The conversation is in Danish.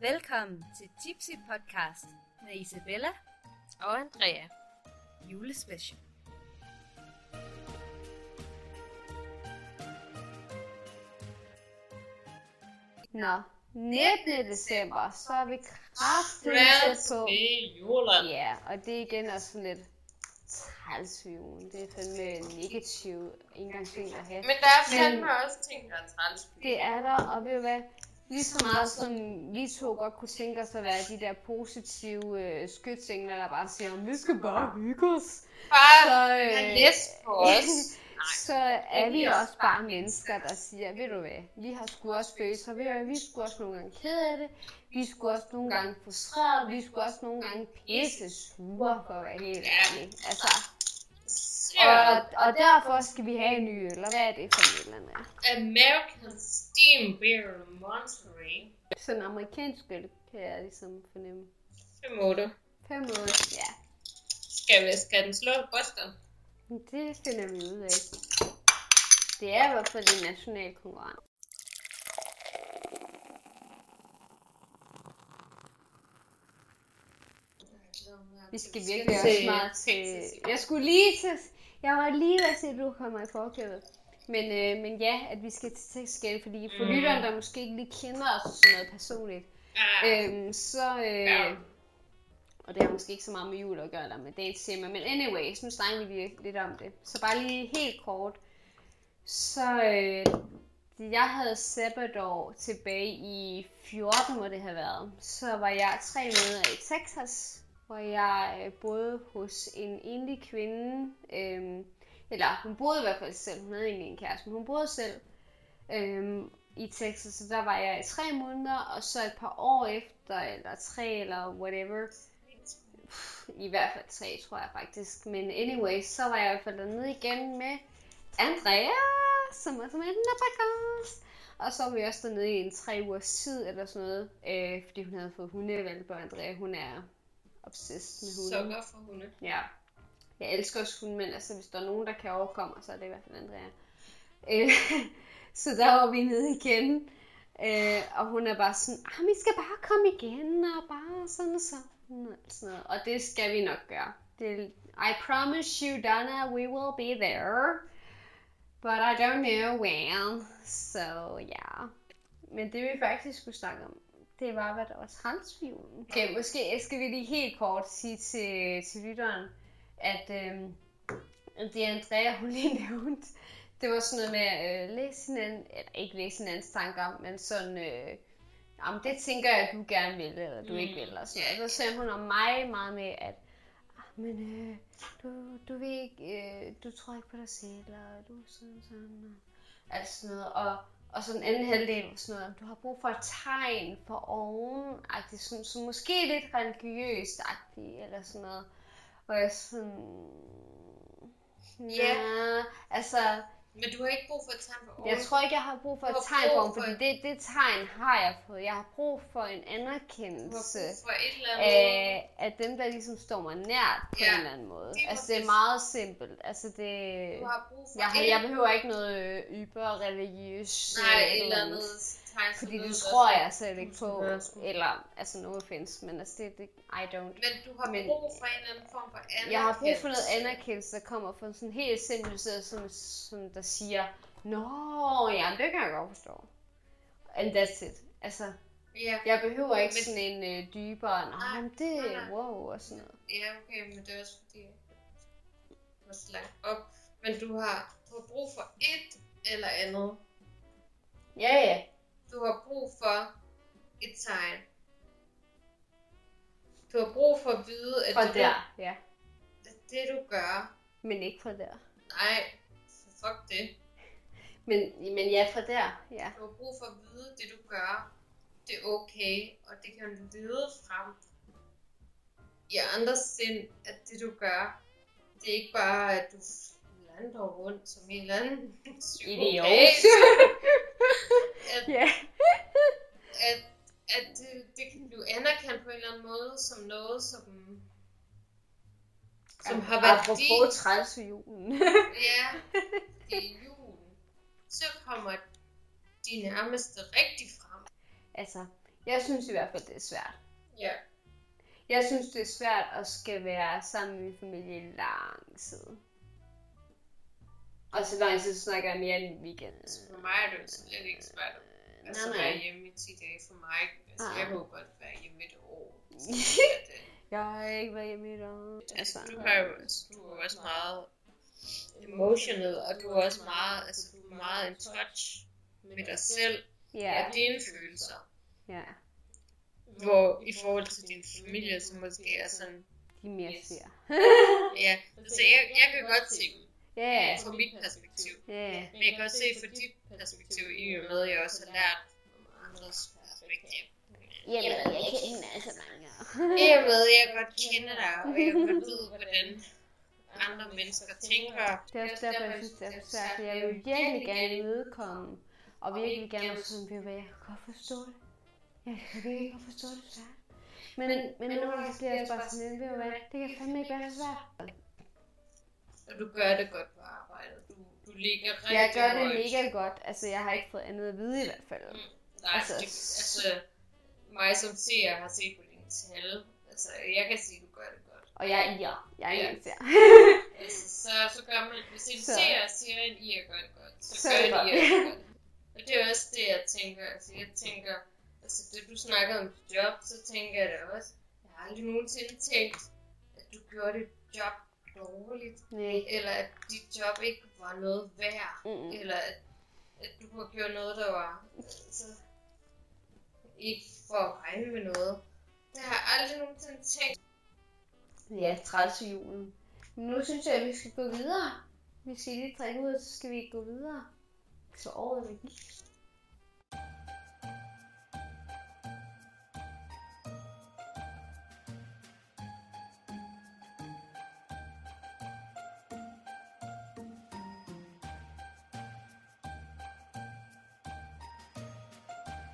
Velkommen til Tipsy Podcast med Isabella og Andrea. Julespecial. Nå, 19. december, så er vi kraftigt på. Julen. Ja, og det er igen også sådan lidt træls ved julen. Det er fandme negativ indgangsvinkel at have. Men der er fandme også ting, der er træls. Det er der, og ved du hvad? Lige så meget som vi to godt kunne tænke os at være de der positive skytsengler, der bare siger, vi skal bare hygge os. Bare læst på os. Så er vi også bare mennesker, der siger, ved du hvad, vi har sgu også følelser, ved du hvad, vi skulle også nogle gange kede af det, vi skulle også nogle gange frustreret, vi skulle også nogle gange pisse sure, for at være helt ærlig. Altså, og derfor skal vi have en ny øl, eller hvad er det for en øl, Andrea? American Steam Beer Monterey. Sådan en amerikansk øl, kan jeg ligesom fornemme. 5-8. 5-8, ja. Skal den slå Boston? Det finder vi ud af. Det er i hvert fald en national konkurrence. Vi skal virkelig også snart til... Jeg var lige ved at se, at du kommer i forkøbet. Men ja, at vi skal til tekstskæld, fordi for lytteren, der måske ikke lige kender os sådan noget personligt, og det har måske ikke så meget med jul at gøre, eller med dagens tema, men anyways, nu snakker vi lidt om det. Så bare lige helt kort. Så jeg havde sabbatår tilbage i 14, må det have været. Så var jeg 3 måneder i Texas, hvor jeg boede hos en enlig kvinde. Eller hun boede i hvert fald selv, hun havde egentlig en kæreste, men hun boede selv i Texas. Så der var jeg i 3 måneder, og så et par år efter, eller 3 eller whatever. I hvert fald 3, tror jeg faktisk. Men anyway, så var jeg i hvert fald dernede igen med Andrea, som også med den der podcast. Og så var vi også dernede i en 3 ugers tid eller sådan noget, fordi hun havde fået hundevalpe, og Andrea, hun er obsessed med hunde. Så godt for hunde. Ja. Jeg elsker også hunde, men altså, hvis der er nogen, der kan overkomme, så er det i hvert fald Andrea. Så der var vi nede igen. Og hun er bare sådan, vi skal bare komme igen, og bare sådan og sådan. Og det skal vi nok gøre. I promise you, Donna, we will be there. But I don't know when. So, yeah. Men det vi faktisk skulle snakke om, det var, hvad der var træls for julen. Okay, måske skal vi lige helt kort sige til lytteren, at det Andrea, hun lige nævnte, det var sådan noget med at læse hinanden, eller ikke læse hinandens tanker, men sådan, det tænker jeg, at du gerne vil, eller du ikke vil, og sådan noget. Så sagde hun om mig meget med, at du vil ikke, du tror ikke på dig selv, og du er sådan, og alt sådan noget, og så den anden halvdel var sådan noget, du har brug for et tegn for oven-agtigt, sådan, så måske lidt religiøst-agtigt, eller sådan noget, og jeg sådan, altså, men du har ikke brug for et tegn for oven. Jeg tror ikke, jeg har brug for et tegn for oven, fordi det tegn har jeg fået. Jeg har brug for en anerkendelse af dem, der ligesom står mig nært på en eller anden måde. Altså, det er meget simpelt. Altså, det... Du har brug for jeg behøver ikke noget religiøst. Nej, eller noget tegn. Fordi det tror jeg selv ikke på. Eller, altså, no offense, men altså, det I don't. Men du har brug for en eller anden form for anerkendelse. Jeg har brug for noget anerkendelse, der kommer fra sådan helt simpelt sted, som der siger, det kan jeg godt forstå. And that's it. Altså, jeg behøver ikke sådan en dybere, wow, og sådan noget. Ja, okay, men det er også fordi, det var så langt op. Men du har brug for et eller andet. Ja. Du har brug for et tegn. Du har brug for at vide, at det du gør. Men ikke fra der. Nej, fuck det. Men ja, fra der, ja. Du har brug for at vide, at det du gør, det er okay, og det kan du lede frem i andres sind, at det du gør, det er ikke bare, at du lander rundt som en eller anden idiot. At det kan blive anerkendt på en eller anden måde, som noget, som har værdi. Apropos træls i julen. Ja, det er julen. Så kommer de nærmeste rigtig frem. Altså, Jeg synes i hvert fald, det er svært. Ja. Jeg synes, det er svært at skal være sammen med min familie i lang tid. Og så lang tid snakker jeg mere end en weekend. For mig er det jo slet ikke svært at være hjemme i 10 dage for mig. Altså, jeg kunne godt være hjemme et år. Jeg har ikke været hjemme i et år. Altså, du er også meget emotional, og du er også meget, altså, du er meget in touch med dig selv og dine følelser. Ja. Hvor i forhold til din familie, så måske er sådan... De er mere ser. Ja, altså jeg kan godt se dem. Ja. Fra mit perspektiv. Ja. Men jeg kan også se fra dit perspektiv, i og med, at jeg også har lært andres perspektiv. Jamen, jeg kender altså mange. I og med, at jeg godt kender dig, og jeg godt ved, hvordan andre mennesker tænker. Det er også derfor, jeg synes, det er for svært. For jeg vil virkelig gerne imødekomme, og virkelig gerne være sådan, ved hvad, jeg kan godt forstå det. Jeg kan virkelig godt forstå det svært. Men nogle gange bliver jeg bare sådan, ved hvad, det kan fandme ikke være så svært. Og du gør det godt på arbejdet. Du ligger rigtig Jeg gør det højt. mega godt. Altså, jeg har ikke fået andet at vide i hvert fald. Nej, altså mig som seer har set på dine tal. Altså, jeg kan sige, at du gør det godt. Og jeg er en ser. Altså, så gør man, hvis en seer siger, at I gør det godt, så gør I det godt. Og det er også det, jeg tænker. Altså, altså, det du snakker om dit job, så tænker jeg det også. Jeg har aldrig nogensinde tænkt, at du gjorde dit job dårligt. Nej. Eller at dit job ikke var noget værd. Eller at du har gjort noget, der var altså, ikke for at regne med noget. Det har jeg aldrig nogensinde tænkt. Ja, træls i julen. Men nu synes jeg, at vi skal gå videre. Vi skal lige trække ud, og så skal vi gå videre. Så året er gik.